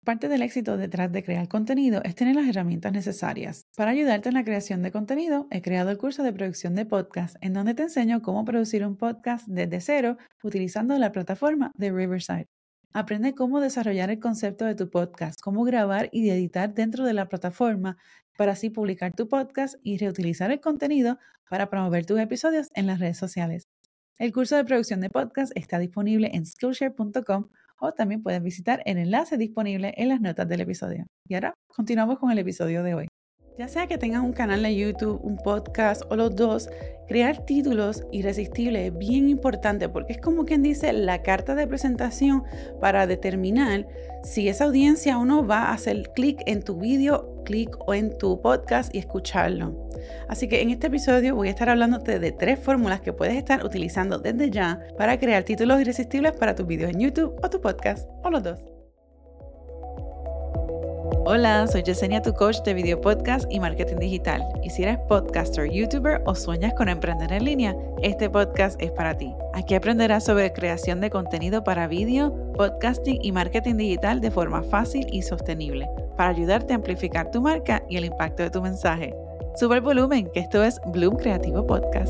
Parte del éxito detrás de crear contenido es tener las herramientas necesarias. Para ayudarte en la creación de contenido, he creado el curso de producción de podcast, en donde te enseño cómo producir un podcast desde cero utilizando la plataforma de Riverside. Aprende cómo desarrollar el concepto de tu podcast, cómo grabar y editar dentro de la plataforma para así publicar tu podcast y reutilizar el contenido para promover tus episodios en las redes sociales. El curso de producción de podcast está disponible en Skillshare.com o también puedes visitar el enlace disponible en las notas del episodio. Y ahora continuamos con el episodio de hoy. Ya sea que tengas un canal de YouTube, un podcast o los dos, crear títulos irresistibles es bien importante porque es como quien dice la carta de presentación para determinar si esa audiencia o no va a hacer clic en tu vídeo, clic o en tu podcast y escucharlo. Así que en este episodio voy a estar hablándote de 3 fórmulas que puedes estar utilizando desde ya para crear títulos irresistibles para tus vídeos en YouTube o tu podcast o los dos. Hola, soy Yesenia, tu coach de video podcast y marketing digital. Y si eres podcaster, youtuber o sueñas con emprender en línea, este podcast es para ti. Aquí aprenderás sobre creación de contenido para vídeo, podcasting y marketing digital de forma fácil y sostenible, para ayudarte a amplificar tu marca y el impacto de tu mensaje. Sube el volumen, que esto es Bloom Creativo Podcast.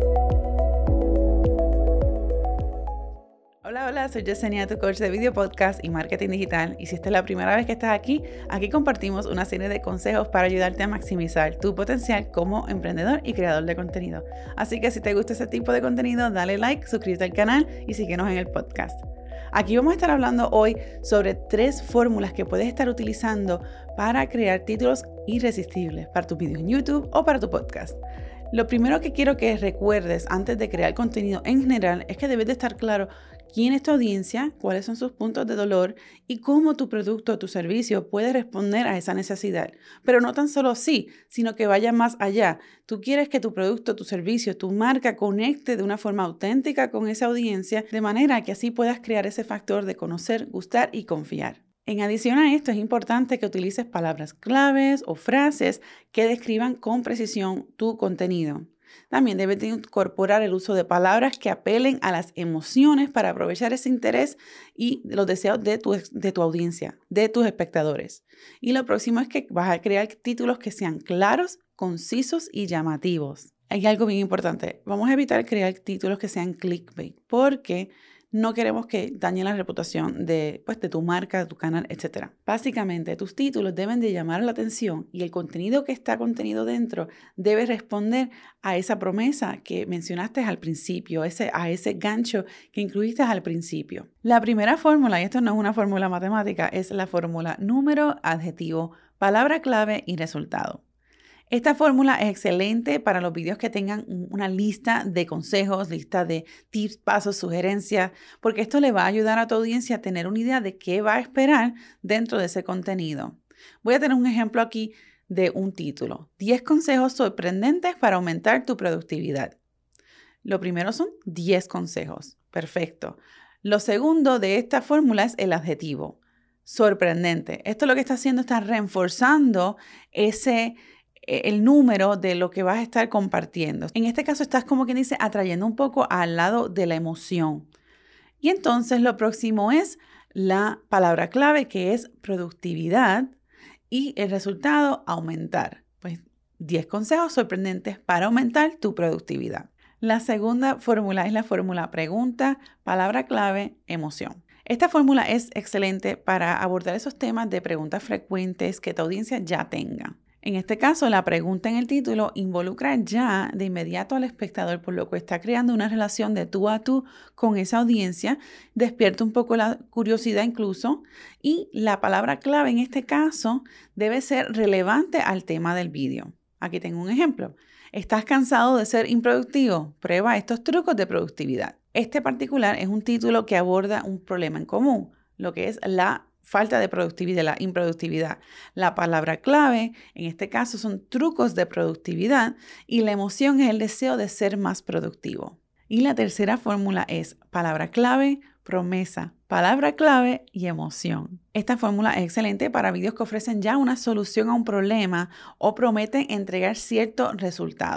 Hola, soy Yesenia, tu coach de video podcast y marketing digital. Y si esta es la primera vez que estás aquí compartimos una serie de consejos para ayudarte a maximizar tu potencial como emprendedor y creador de contenido. Así que si te gusta ese tipo de contenido, dale like, suscríbete al canal y síguenos en el podcast. Aquí vamos a estar hablando hoy sobre 3 fórmulas que puedes estar utilizando para crear títulos irresistibles para tus vídeos en YouTube o para tu podcast. Lo primero que quiero que recuerdes antes de crear contenido en general es que debes de estar claro quién es tu audiencia, cuáles son sus puntos de dolor y cómo tu producto o tu servicio puede responder a esa necesidad. Pero no tan solo así, sino que vaya más allá. Tú quieres que tu producto, tu servicio, tu marca conecte de una forma auténtica con esa audiencia, de manera que así puedas crear ese factor de conocer, gustar y confiar. En adición a esto, es importante que utilices palabras claves o frases que describan con precisión tu contenido. También debes de incorporar el uso de palabras que apelen a las emociones para aprovechar ese interés y los deseos de tu audiencia, de tus espectadores. Y lo próximo es que vas a crear títulos que sean claros, concisos y llamativos. Hay algo bien importante. Vamos a evitar crear títulos que sean clickbait porque no queremos que dañen la reputación de tu marca, de tu canal, etc. Básicamente, tus títulos deben de llamar la atención y el contenido que está contenido dentro debe responder a esa promesa que mencionaste al principio, a ese gancho que incluiste al principio. La primera fórmula, y esto no es una fórmula matemática, es la fórmula número, adjetivo, palabra clave y resultado. Esta fórmula es excelente para los videos que tengan una lista de consejos, lista de tips, pasos, sugerencias, porque esto le va a ayudar a tu audiencia a tener una idea de qué va a esperar dentro de ese contenido. Voy a tener un ejemplo aquí de un título. 10 consejos sorprendentes para aumentar tu productividad. Lo primero son 10 consejos. Perfecto. Lo segundo de esta fórmula es el adjetivo. Sorprendente. Esto lo que está haciendo está reforzando el número de lo que vas a estar compartiendo. En este caso estás como quien dice atrayendo un poco al lado de la emoción. Y entonces lo próximo es la palabra clave que es productividad y el resultado aumentar. Pues 10 consejos sorprendentes para aumentar tu productividad. La segunda fórmula es la fórmula pregunta, palabra clave, emoción. Esta fórmula es excelente para abordar esos temas de preguntas frecuentes que tu audiencia ya tenga. En este caso, la pregunta en el título involucra ya de inmediato al espectador, por lo que está creando una relación de tú a tú con esa audiencia, despierta un poco la curiosidad incluso, y la palabra clave en este caso debe ser relevante al tema del vídeo. Aquí tengo un ejemplo. ¿Estás cansado de ser improductivo? Prueba estos trucos de productividad. Este particular es un título que aborda un problema en común, lo que es la falta de productividad, la improductividad. La palabra clave, en este caso, son trucos de productividad y la emoción es el deseo de ser más productivo. Y la tercera fórmula es palabra clave, promesa, palabra clave y emoción. Esta fórmula es excelente para vídeos que ofrecen ya una solución a un problema o prometen entregar cierto resultado.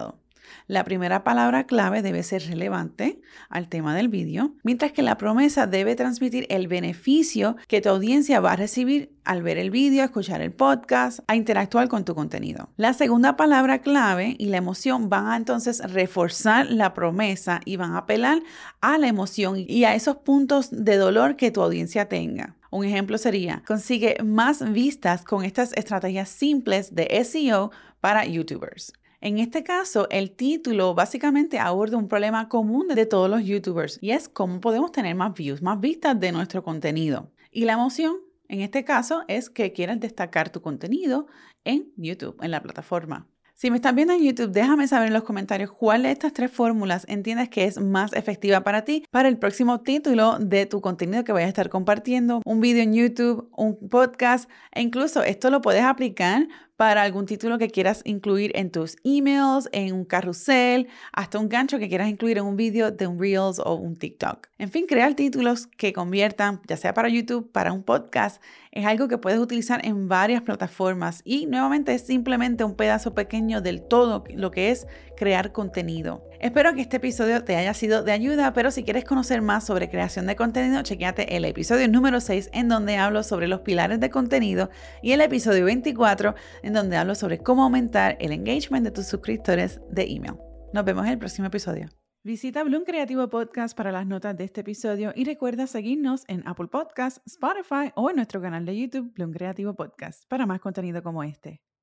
La primera palabra clave debe ser relevante al tema del vídeo, mientras que la promesa debe transmitir el beneficio que tu audiencia va a recibir al ver el vídeo, a escuchar el podcast, a interactuar con tu contenido. La segunda palabra clave y la emoción van a entonces reforzar la promesa y van a apelar a la emoción y a esos puntos de dolor que tu audiencia tenga. Un ejemplo sería, consigue más vistas con estas estrategias simples de SEO para YouTubers. En este caso, el título básicamente aborda un problema común de todos los YouTubers y es cómo podemos tener más views, más vistas de nuestro contenido. Y la emoción, en este caso, es que quieras destacar tu contenido en YouTube, en la plataforma. Si me estás viendo en YouTube, déjame saber en los comentarios cuál de estas 3 fórmulas entiendes que es más efectiva para ti para el próximo título de tu contenido que vayas a estar compartiendo, un video en YouTube, un podcast, e incluso esto lo puedes aplicar para algún título que quieras incluir en tus emails, en un carrusel, hasta un gancho que quieras incluir en un video de un Reels o un TikTok. En fin, crear títulos que conviertan, ya sea para YouTube, para un podcast, es algo que puedes utilizar en varias plataformas y nuevamente es simplemente un pedazo pequeño del todo lo que es crear contenido. Espero que este episodio te haya sido de ayuda, pero si quieres conocer más sobre creación de contenido, chequéate el episodio número 6 en donde hablo sobre los pilares de contenido y el episodio 24 en donde hablo sobre cómo aumentar el engagement de tus suscriptores de email. Nos vemos en el próximo episodio. Visita Bloom Creativo Podcast para las notas de este episodio y recuerda seguirnos en Apple Podcasts, Spotify o en nuestro canal de YouTube Bloom Creativo Podcast para más contenido como este.